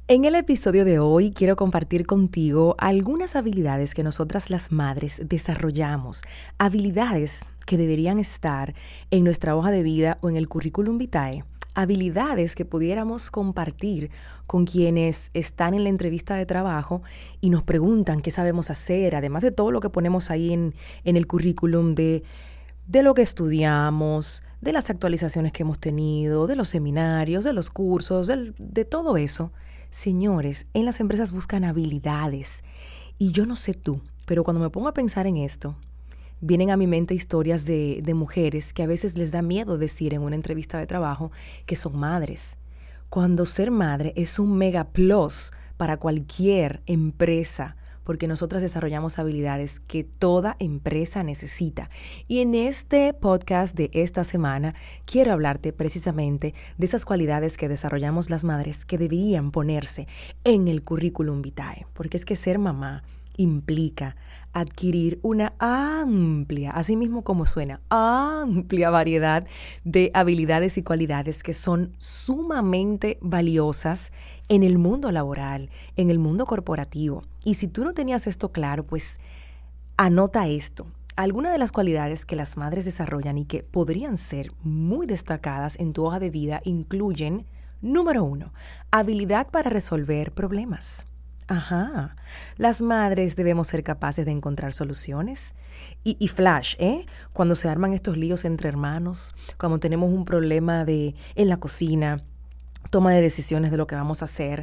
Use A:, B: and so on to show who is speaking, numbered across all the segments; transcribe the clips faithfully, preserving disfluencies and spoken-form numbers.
A: En el episodio de hoy quiero compartir contigo algunas habilidades que nosotras las madres desarrollamos, habilidades que deberían estar en nuestra hoja de vida o en el currículum vitae, habilidades que pudiéramos compartir con quienes están en la entrevista de trabajo y nos preguntan qué sabemos hacer, además de todo lo que ponemos ahí en, en el currículum de, de lo que estudiamos, de las actualizaciones que hemos tenido, de los seminarios, de los cursos, de, de todo eso. Señores, en las empresas buscan habilidades y yo no sé tú, pero cuando me pongo a pensar en esto, vienen a mi mente historias de, de mujeres que a veces les da miedo decir en una entrevista de trabajo que son madres, cuando ser madre es un mega plus para cualquier empresa, porque nosotras desarrollamos habilidades que toda empresa necesita. Y en este podcast de esta semana quiero hablarte precisamente de esas cualidades que desarrollamos las madres que deberían ponerse en el currículum vitae, porque es que ser mamá implica adquirir una amplia, así mismo como suena, amplia variedad de habilidades y cualidades que son sumamente valiosas en el mundo laboral, en el mundo corporativo. Y si tú no tenías esto claro, pues anota esto. Algunas de las cualidades que las madres desarrollan y que podrían ser muy destacadas en tu hoja de vida incluyen, número uno, habilidad para resolver problemas. Ajá, las madres debemos ser capaces de encontrar soluciones y, y flash, ¿eh? Cuando se arman estos líos entre hermanos, cuando tenemos un problema de, en la cocina, toma de decisiones de lo que vamos a hacer,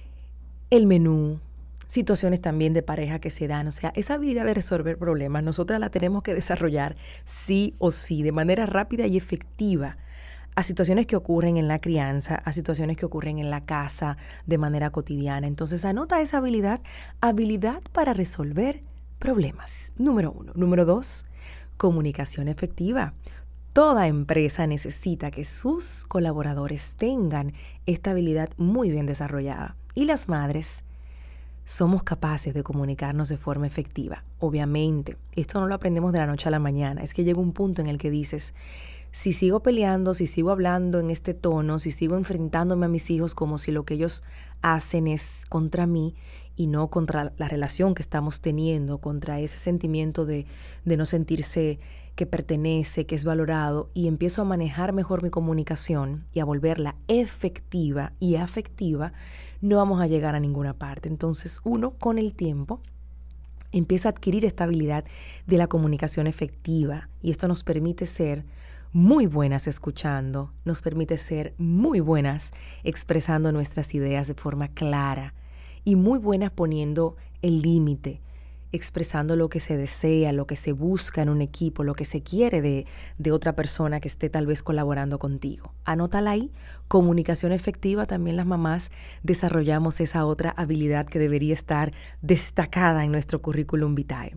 A: el menú, situaciones también de pareja que se dan. O sea, esa habilidad de resolver problemas, nosotras la tenemos que desarrollar sí o sí, de manera rápida y efectiva, a situaciones que ocurren en la crianza, a situaciones que ocurren en la casa de manera cotidiana. Entonces, anota esa habilidad, habilidad para resolver problemas. Número uno. Número dos, comunicación efectiva. Toda empresa necesita que sus colaboradores tengan esta habilidad muy bien desarrollada. Y las madres somos capaces de comunicarnos de forma efectiva. Obviamente, esto no lo aprendemos de la noche a la mañana. Es que llega un punto en el que dices, si sigo peleando, si sigo hablando en este tono, si sigo enfrentándome a mis hijos como si lo que ellos hacen es contra mí y no contra la relación que estamos teniendo, contra ese sentimiento de, de no sentirse que pertenece, que es valorado, y empiezo a manejar mejor mi comunicación y a volverla efectiva y afectiva, no vamos a llegar a ninguna parte. Entonces, uno, con el tiempo, empieza a adquirir esta habilidad de la comunicación efectiva y esto nos permite ser muy buenas escuchando, nos permite ser muy buenas expresando nuestras ideas de forma clara y muy buenas poniendo el límite, expresando lo que se desea, lo que se busca en un equipo, lo que se quiere de, de otra persona que esté tal vez colaborando contigo. Anótala ahí. Comunicación efectiva, también las mamás desarrollamos esa otra habilidad que debería estar destacada en nuestro currículum vitae.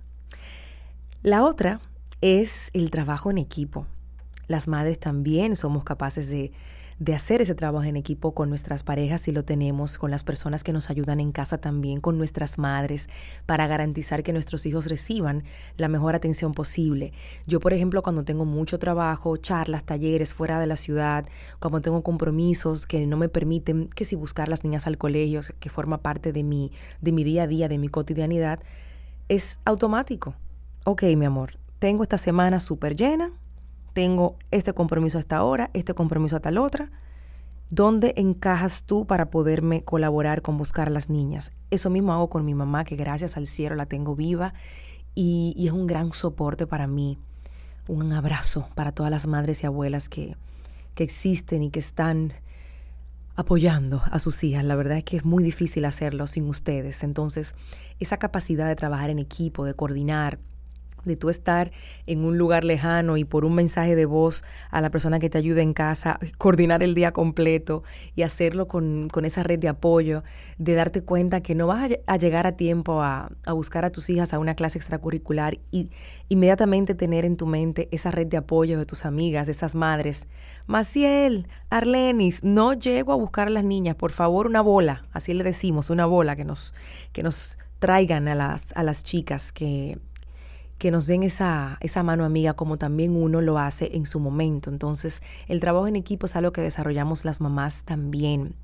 A: La otra es el trabajo en equipo. Las madres también somos capaces de, de hacer ese trabajo en equipo con nuestras parejas si lo tenemos, con las personas que nos ayudan en casa también, con nuestras madres, para garantizar que nuestros hijos reciban la mejor atención posible. Yo, por ejemplo, cuando tengo mucho trabajo, charlas, talleres fuera de la ciudad, cuando tengo compromisos que no me permiten, que si buscar las niñas al colegio, que forma parte de mi, de mi día a día, de mi cotidianidad, es automático. Ok, mi amor, tengo esta semana súper llena, tengo este compromiso hasta ahora, este compromiso a tal otra. ¿Dónde encajas tú para poderme colaborar con buscar a las niñas? Eso mismo hago con mi mamá, que gracias al cielo la tengo viva y, y es un gran soporte para mí. Un abrazo para todas las madres y abuelas que, que existen y que están apoyando a sus hijas. La verdad es que es muy difícil hacerlo sin ustedes. Entonces, esa capacidad de trabajar en equipo, de coordinar, de tú estar en un lugar lejano y por un mensaje de voz a la persona que te ayuda en casa, coordinar el día completo y hacerlo con, con esa red de apoyo, de darte cuenta que no vas a, a llegar a tiempo a, a buscar a tus hijas a una clase extracurricular y inmediatamente tener en tu mente esa red de apoyo de tus amigas, de esas madres. Maciel, Arlenis, no llego a buscar a las niñas, por favor una bola, así le decimos, una bola que nos, que nos traigan a las, a las chicas que que nos den esa, esa mano amiga como también uno lo hace en su momento. Entonces, el trabajo en equipo es algo que desarrollamos las mamás también.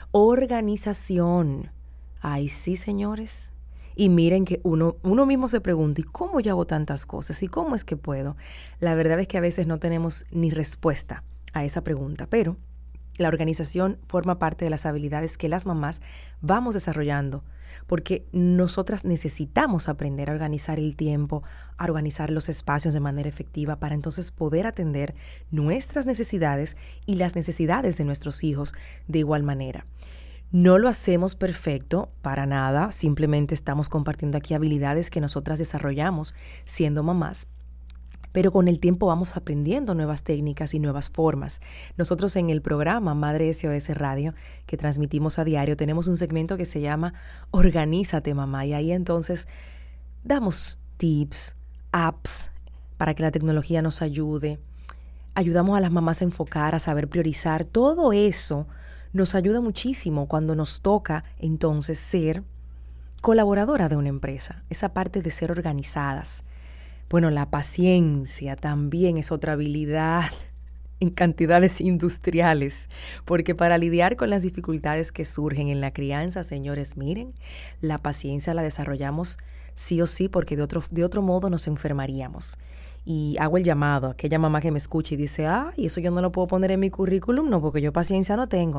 A: Organización. Ay, sí, señores. Y miren que uno, uno mismo se pregunta, ¿y cómo yo hago tantas cosas? ¿Y cómo es que puedo? La verdad es que a veces no tenemos ni respuesta a esa pregunta, pero la organización forma parte de las habilidades que las mamás vamos desarrollando, porque nosotras necesitamos aprender a organizar el tiempo, a organizar los espacios de manera efectiva para entonces poder atender nuestras necesidades y las necesidades de nuestros hijos de igual manera. No lo hacemos perfecto, para nada, simplemente estamos compartiendo aquí habilidades que nosotras desarrollamos siendo mamás. Pero con el tiempo vamos aprendiendo nuevas técnicas y nuevas formas. Nosotros en el programa Madre S O S Radio, que transmitimos a diario, tenemos un segmento que se llama Organízate, mamá. Y ahí entonces damos tips, apps para que la tecnología nos ayude. Ayudamos a las mamás a enfocar, a saber priorizar. Todo eso nos ayuda muchísimo cuando nos toca entonces ser colaboradora de una empresa. Esa parte de ser organizadas. Bueno, la paciencia también es otra habilidad en cantidades industriales, porque para lidiar con las dificultades que surgen en la crianza, señores, miren, la paciencia la desarrollamos sí o sí, porque de otro, de otro modo nos enfermaríamos. Y hago el llamado a aquella mamá que me escucha y dice, ah, y eso yo no lo puedo poner en mi currículum, no, porque yo paciencia no tengo.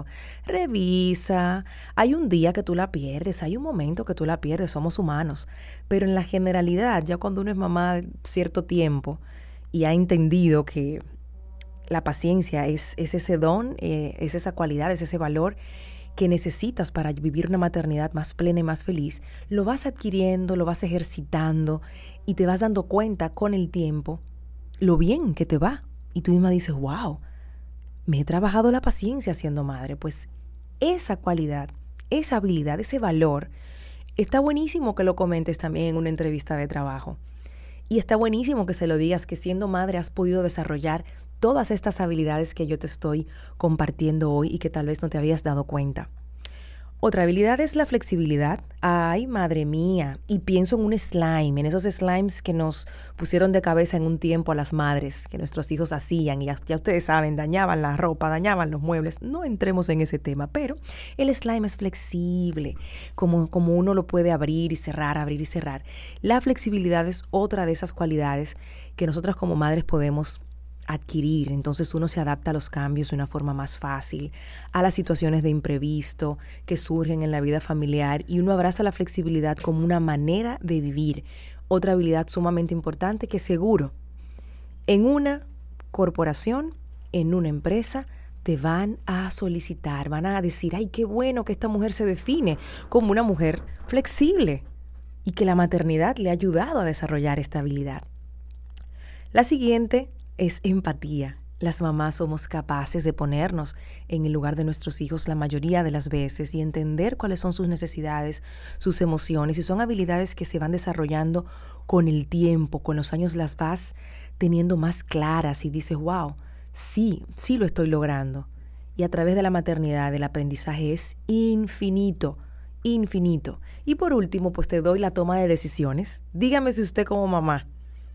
A: Revisa, hay un día que tú la pierdes, hay un momento que tú la pierdes, somos humanos. Pero en la generalidad, ya cuando uno es mamá cierto tiempo y ha entendido que la paciencia es, es ese don, eh, es esa cualidad, es ese valor que necesitas para vivir una maternidad más plena y más feliz, lo vas adquiriendo, lo vas ejercitando y te vas dando cuenta con el tiempo lo bien que te va. Y tú misma dices, wow, me he trabajado la paciencia siendo madre. Pues esa cualidad, esa habilidad, ese valor, está buenísimo que lo comentes también en una entrevista de trabajo. Y está buenísimo que se lo digas, que siendo madre has podido desarrollar todas estas habilidades que yo te estoy compartiendo hoy y que tal vez no te habías dado cuenta. Otra habilidad es la flexibilidad. Ay, madre mía. Y pienso en un slime, en esos slimes que nos pusieron de cabeza en un tiempo a las madres, que nuestros hijos hacían y ya, ya ustedes saben, dañaban la ropa, dañaban los muebles. No entremos en ese tema, pero el slime es flexible, como, como uno lo puede abrir y cerrar, abrir y cerrar. La flexibilidad es otra de esas cualidades que nosotras como madres podemos adquirir. Entonces uno se adapta a los cambios de una forma más fácil, a las situaciones de imprevisto que surgen en la vida familiar, y uno abraza la flexibilidad como una manera de vivir. Otra habilidad sumamente importante que seguro en una corporación, en una empresa, te van a solicitar, van a decir, ay, qué bueno que esta mujer se define como una mujer flexible y que la maternidad le ha ayudado a desarrollar esta habilidad. La siguiente es empatía. Las mamás somos capaces de ponernos en el lugar de nuestros hijos la mayoría de las veces y entender cuáles son sus necesidades, sus emociones, y son habilidades que se van desarrollando con el tiempo, con los años las vas teniendo más claras y dices, wow, sí, sí lo estoy logrando. Y a través de la maternidad el aprendizaje es infinito, infinito. Y por último, pues te doy la toma de decisiones. Dígame si usted como mamá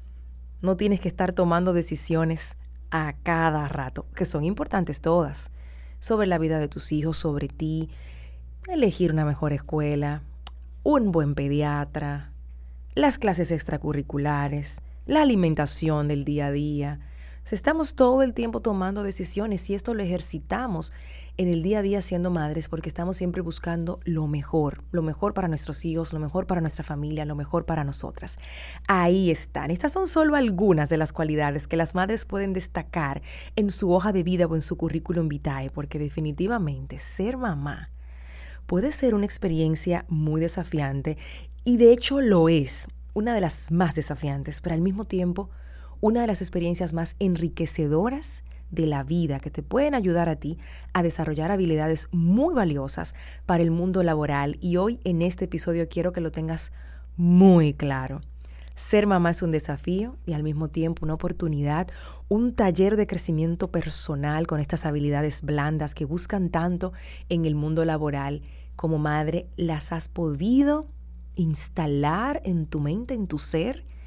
A: no tienes que estar tomando decisiones a cada rato, que son importantes todas, sobre la vida de tus hijos, sobre ti, elegir una mejor escuela, un buen pediatra, las clases extracurriculares, la alimentación del día a día. Estamos todo el tiempo tomando decisiones y esto lo ejercitamos en el día a día siendo madres porque estamos siempre buscando lo mejor, lo mejor para nuestros hijos, lo mejor para nuestra familia, lo mejor para nosotras. Ahí están. Estas son solo algunas de las cualidades que las madres pueden destacar en su hoja de vida o en su currículum vitae, porque definitivamente ser mamá puede ser una experiencia muy desafiante y de hecho lo es, una de las más desafiantes, pero al mismo tiempo una de las experiencias más enriquecedoras de la vida que te pueden ayudar a ti a desarrollar habilidades muy valiosas para el mundo laboral. Y hoy en este episodio quiero que lo tengas muy claro. Ser mamá es un desafío y al mismo tiempo una oportunidad, un taller de crecimiento personal con estas habilidades blandas que buscan tanto en el mundo laboral. Como madre, las has podido instalar en tu mente, en tu ser,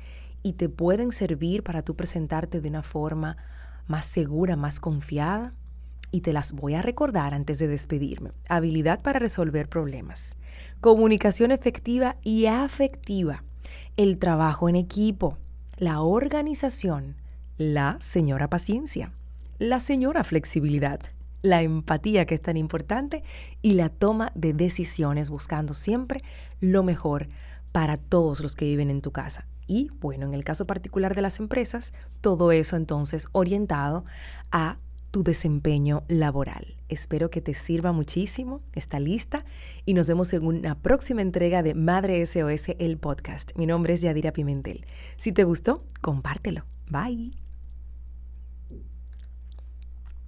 A: y te pueden servir para tú presentarte de una forma más segura, más confiada. Y te las voy a recordar antes de despedirme. Habilidad para resolver problemas, comunicación efectiva y afectiva, el trabajo en equipo, la organización, la señora paciencia, la señora flexibilidad, la empatía que es tan importante y la toma de decisiones buscando siempre lo mejor para todos los que viven en tu casa. Y bueno, en el caso particular de las empresas, todo eso entonces orientado a tu desempeño laboral. Espero que te sirva muchísimo esta lista y nos vemos en una próxima entrega de Madre S O S, el podcast. Mi nombre es Yadira Pimentel. Si te gustó, compártelo. Bye.